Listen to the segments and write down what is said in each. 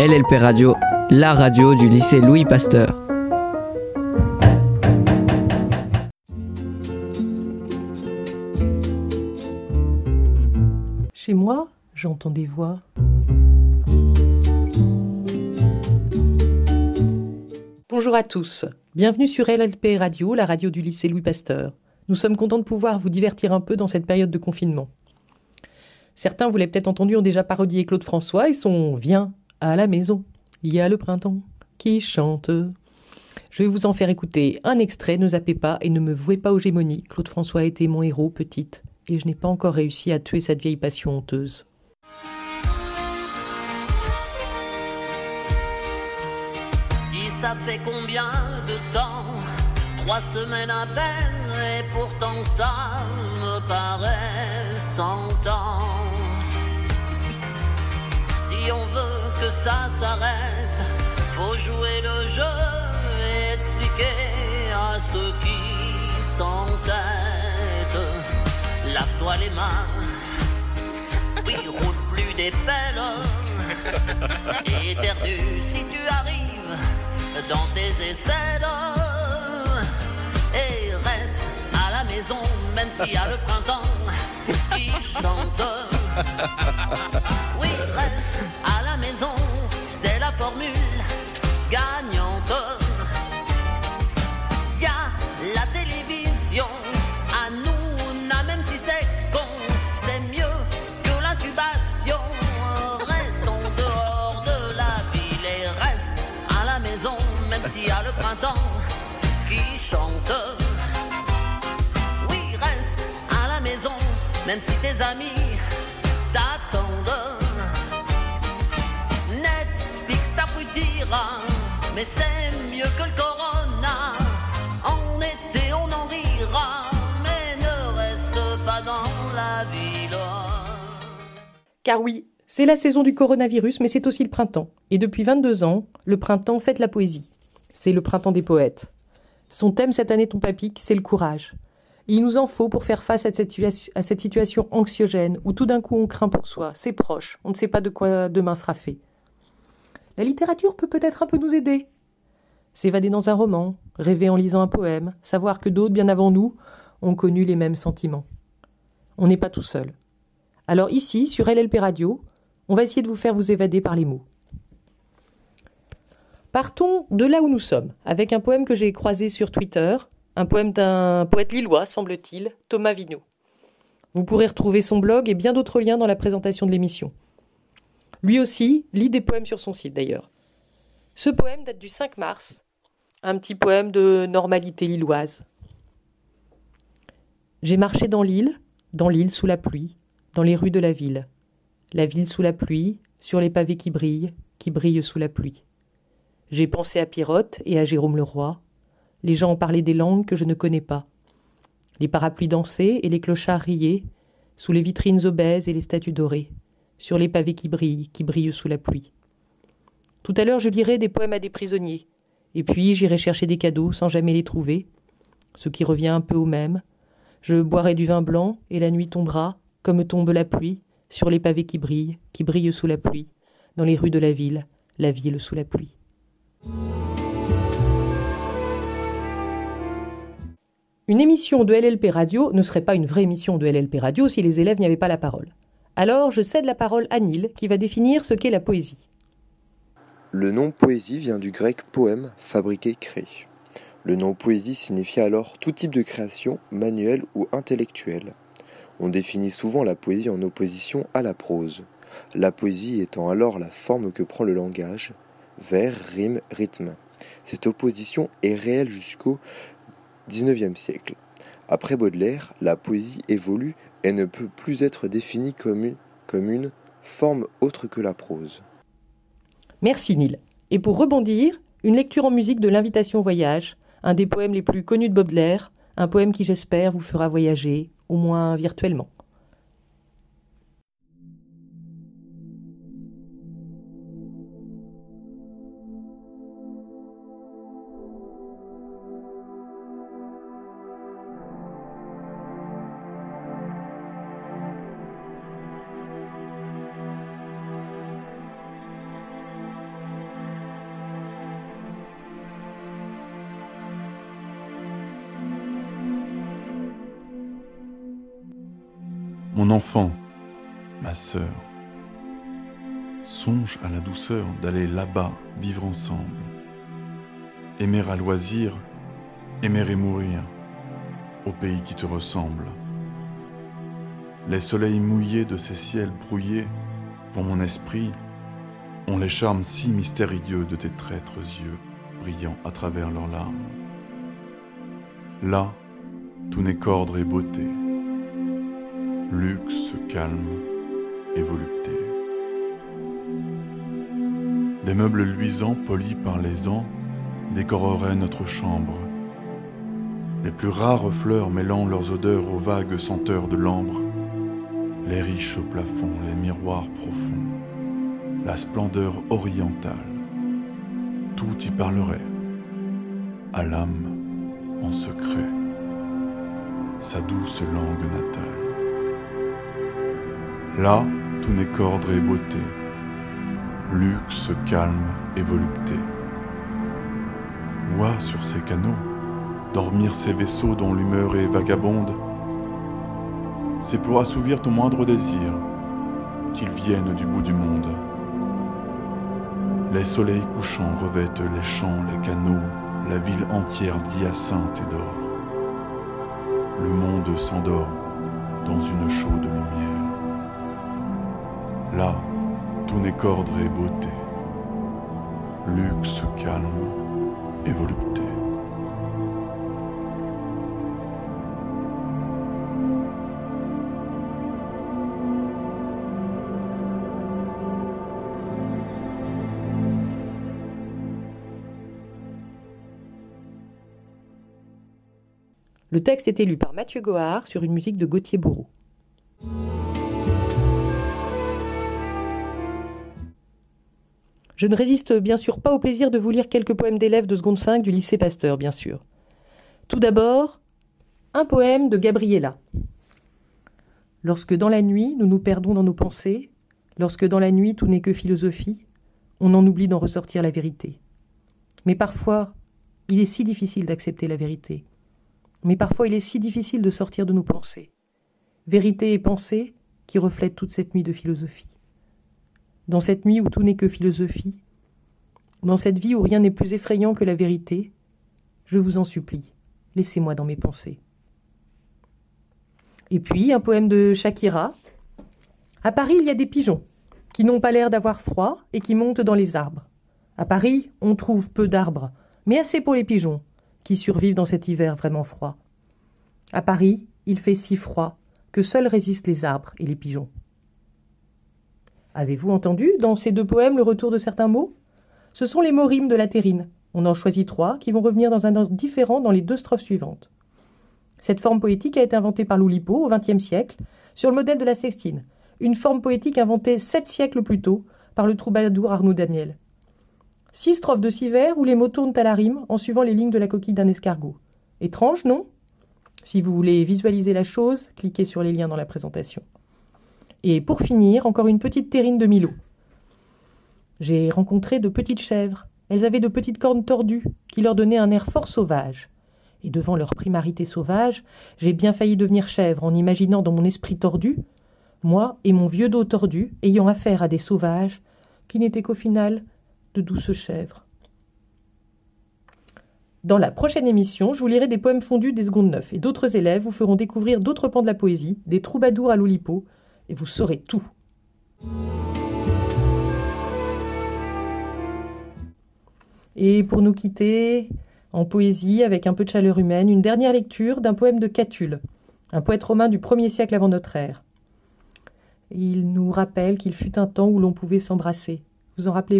LLP Radio, la radio du lycée Louis Pasteur. Chez moi, j'entends des voix. Bonjour à tous, bienvenue sur LLP Radio, la radio du lycée Louis Pasteur. Nous sommes contents de pouvoir vous divertir un peu dans cette période de confinement. Certains, vous l'avez peut-être entendu, ont déjà parodié Claude François et son « Viens à la maison, il y a le printemps qui chante ». Je vais vous en faire écouter un extrait, ne zappez pas et ne me vouez pas aux gémonies. Claude François a été mon héros petite et je n'ai pas encore réussi à tuer cette vieille passion honteuse. Dis, ça fait combien de temps? 3 semaines à peine, et pourtant ça me paraît 100 ans. Si on veut que ça s'arrête, faut jouer le jeu et expliquer à ceux qui s'entêtent. Lave-toi les mains, oui, roule plus des pelles, et éternue si tu arrives dans tes aisselles. Et reste à la maison, même s'il y a le printemps qui chante. Oui, reste à la maison, c'est la formule gagnante. Y a la télévision, à nous, on a, même si c'est con, c'est mieux que l'intubation. Reste en dehors de la ville et reste à la maison, même s'il y a le printemps qui chante. Oui, reste à la maison, même si tes amis t'attendent. Netflix t'apprutira, mais c'est mieux que le corona. En été on en rira, mais ne reste pas dans la ville. Car oui, c'est la saison du coronavirus, mais c'est aussi le printemps. Et depuis 22 ans, le printemps fête la poésie. C'est le printemps des poètes. Son thème cette année, ton papique, c'est le courage. Et il nous en faut pour faire face à cette situation anxiogène où tout d'un coup on craint pour soi, ses proches, on ne sait pas de quoi demain sera fait. La littérature peut peut-être un peu nous aider. S'évader dans un roman, rêver en lisant un poème, savoir que d'autres, bien avant nous, ont connu les mêmes sentiments. On n'est pas tout seul. Alors ici, sur LLP Radio, on va essayer de vous faire vous évader par les mots. Partons de là où nous sommes, avec un poème que j'ai croisé sur Twitter, un poème d'un poète lillois, semble-t-il, Thomas Vigneault. Vous pourrez retrouver son blog et bien d'autres liens dans la présentation de l'émission. Lui aussi lit des poèmes sur son site d'ailleurs. Ce poème date du 5 mars, un petit poème de normalité lilloise. J'ai marché dans l'île sous la pluie, dans les rues de la ville sous la pluie, sur les pavés qui brillent sous la pluie. J'ai pensé à Pirotte et à Jérôme Leroy. Les gens ont parlé des langues que je ne connais pas. Les parapluies dansaient et les clochards riaient, sous les vitrines obèses et les statues dorées, sur les pavés qui brillent sous la pluie. Tout à l'heure, je lirai des poèmes à des prisonniers, et puis j'irai chercher des cadeaux sans jamais les trouver, ce qui revient un peu au même. Je boirai du vin blanc et la nuit tombera, comme tombe la pluie, sur les pavés qui brillent sous la pluie, dans les rues de la ville sous la pluie. Une émission de LLP Radio ne serait pas une vraie émission de LLP Radio si les élèves n'y avaient pas la parole. Alors je cède la parole à Neil qui va définir ce qu'est la poésie. Le nom poésie vient du grec poème, fabriquer, créer. Le nom poésie signifie alors tout type de création, manuelle ou intellectuelle. On définit souvent la poésie en opposition à la prose. La poésie étant alors la forme que prend le langage, vers, rime, rythme. Cette opposition est réelle jusqu'au XIXe siècle. Après Baudelaire, la poésie évolue et ne peut plus être définie comme une forme autre que la prose. Merci Neil. Et pour rebondir, une lecture en musique de l'Invitation au voyage, un des poèmes les plus connus de Baudelaire, un poème qui j'espère vous fera voyager, au moins virtuellement. mon enfant, ma sœur, songe à la douceur d'aller là-bas vivre ensemble. Aimer à loisir, aimer et mourir, au pays qui te ressemble. Les soleils mouillés de ces ciels brouillés, pour mon esprit, ont les charmes si mystérieux de tes traîtres yeux, brillant à travers leurs larmes. Là, tout n'est qu'ordre et beauté, luxe, calme et volupté. Des meubles luisants polis par les ans décoreraient notre chambre. Les plus rares fleurs mêlant leurs odeurs aux vagues senteurs de l'ambre, les riches plafonds, les miroirs profonds, la splendeur orientale, tout y parlerait, à l'âme en secret, sa douce langue natale. Là, tout n'est qu'ordre et beauté, luxe, calme et volupté. Oie sur ces canaux, dormir ces vaisseaux dont l'humeur est vagabonde, c'est pour assouvir ton moindre désir qu'ils viennent du bout du monde. Les soleils couchants revêtent les champs, les canaux, la ville entière d'hyacinthe et d'or. Le monde s'endort dans une chaude lumière. Là, tout n'est qu'ordre et beauté, luxe, calme et volupté. Le texte est lu par Mathieu Gohard sur une musique de Gauthier Bourreau. Je ne résiste bien sûr pas au plaisir de vous lire quelques poèmes d'élèves de seconde 5 du lycée Pasteur, bien sûr. Tout d'abord, un poème de Gabriella. Lorsque dans la nuit, nous nous perdons dans nos pensées, lorsque dans la nuit tout n'est que philosophie, on en oublie d'en ressortir la vérité. Mais parfois, il est si difficile d'accepter la vérité. Mais parfois il est si difficile de sortir de nos pensées. Vérité et pensée qui reflètent toute cette nuit de philosophie. Dans cette nuit où tout n'est que philosophie, dans cette vie où rien n'est plus effrayant que la vérité, je vous en supplie, laissez-moi dans mes pensées. Et puis un poème de Shakira. À Paris, il y a des pigeons qui n'ont pas l'air d'avoir froid et qui montent dans les arbres. À Paris, on trouve peu d'arbres, mais assez pour les pigeons, qui survivent dans cet hiver vraiment froid. À Paris, il fait si froid que seuls résistent les arbres et les pigeons. Avez-vous entendu dans ces deux poèmes le retour de certains mots ? Ce sont les mots rimes de la terrine. On en choisit 3 qui vont revenir dans un ordre différent dans les 2 strophes suivantes. Cette forme poétique a été inventée par Loulipo au XXe siècle sur le modèle de la sextine, une forme poétique inventée 7 siècles plus tôt par le troubadour Arnaud Daniel. 6 strophes de 6 vers où les mots tournent à la rime en suivant les lignes de la coquille d'un escargot. Étrange, non ? Si vous voulez visualiser la chose, cliquez sur les liens dans la présentation. Et pour finir, encore une petite terrine de Milo. J'ai rencontré de petites chèvres. Elles avaient de petites cornes tordues qui leur donnaient un air fort sauvage. Et devant leur primarité sauvage, j'ai bien failli devenir chèvre en imaginant dans mon esprit tordu, moi et mon vieux dos tordu, ayant affaire à des sauvages qui n'étaient qu'au final de douces chèvres. Dans la prochaine émission, je vous lirai des poèmes fondus des secondes 9 et d'autres élèves vous feront découvrir d'autres pans de la poésie, des troubadours à l'Oulipo, et vous saurez tout. Et pour nous quitter, en poésie, avec un peu de chaleur humaine, une dernière lecture d'un poème de Catulle, un poète romain du 1er siècle avant notre ère. Il nous rappelle qu'il fut un temps où l'on pouvait s'embrasser. Vous en rappelez-vous ?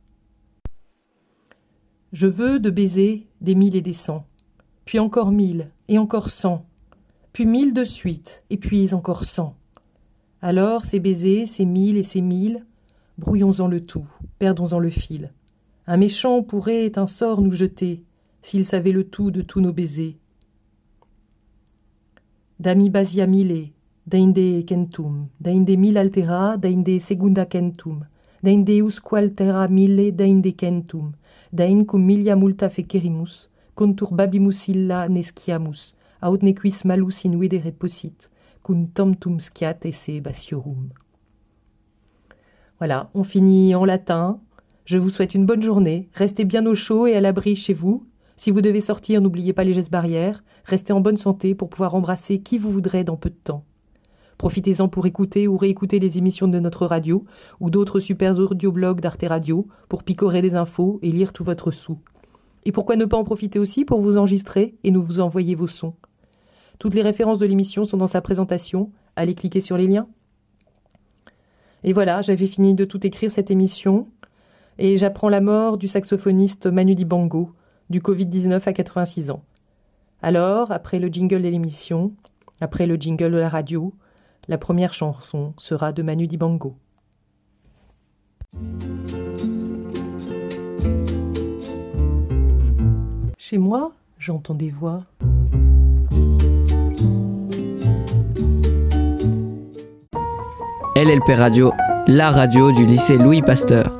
Je veux de baisers des 1000 et des 100, puis encore 1000 et encore 100, puis 1000 de suite, et puis encore 100. Alors ces baisers, ces 1000 et ces 1000, brouillons-en le tout, perdons-en le fil. Un méchant pourrait un sort nous jeter, s'il savait le tout de tous nos baisers. Dami basia mille, dainde kentum, dainde mil altera, dainde segunda kentum, dainde usqualtera mille, dainde kentum, dain cum milia multa fecerimus, contur babimus illa nesciamus, aut nequis malus in videre possit, cum tantum sciat esse bassiorum. Voilà, on finit en latin. Je vous souhaite une bonne journée. Restez bien au chaud et à l'abri chez vous. Si vous devez sortir, n'oubliez pas les gestes barrières. Restez en bonne santé pour pouvoir embrasser qui vous voudrez dans peu de temps. Profitez-en pour écouter ou réécouter les émissions de notre radio ou d'autres super audioblogs d'Arte Radio pour picorer des infos et lire tout votre sou. Et pourquoi ne pas en profiter aussi pour vous enregistrer et nous vous envoyer vos sons. Toutes les références de l'émission sont dans sa présentation. Allez cliquer sur les liens. Et voilà, j'avais fini de tout écrire cette émission et j'apprends la mort du saxophoniste Manu Dibango, du Covid-19 à 86 ans. Alors, après le jingle de l'émission, après le jingle de la radio, la première chanson sera de Manu Dibango. Chez moi, j'entends des voix. LLP Radio, la radio du lycée Louis Pasteur.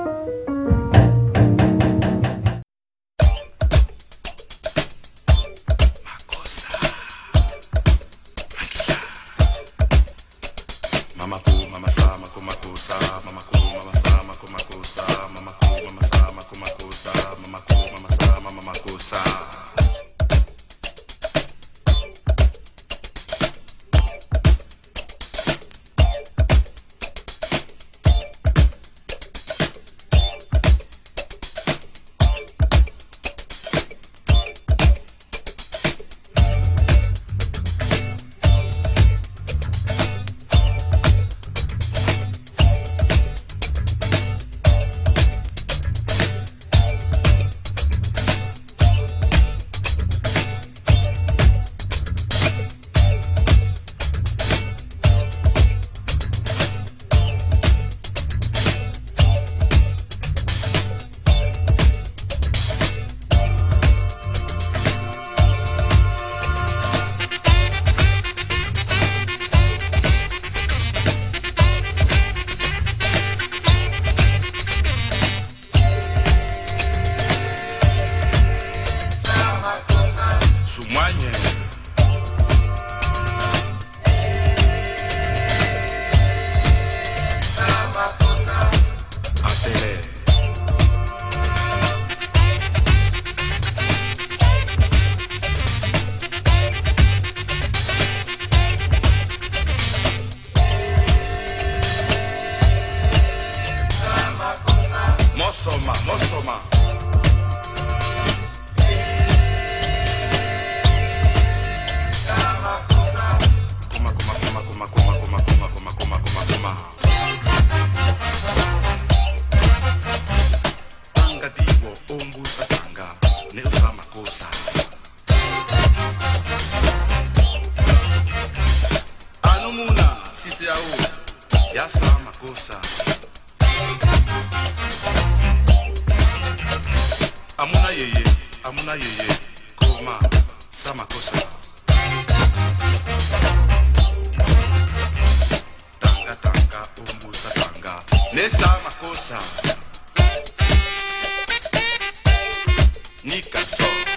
Amuna yeye, koma, sama kosa. Tanga tanga, umbusa tanga, ne sama kosa. Nika so.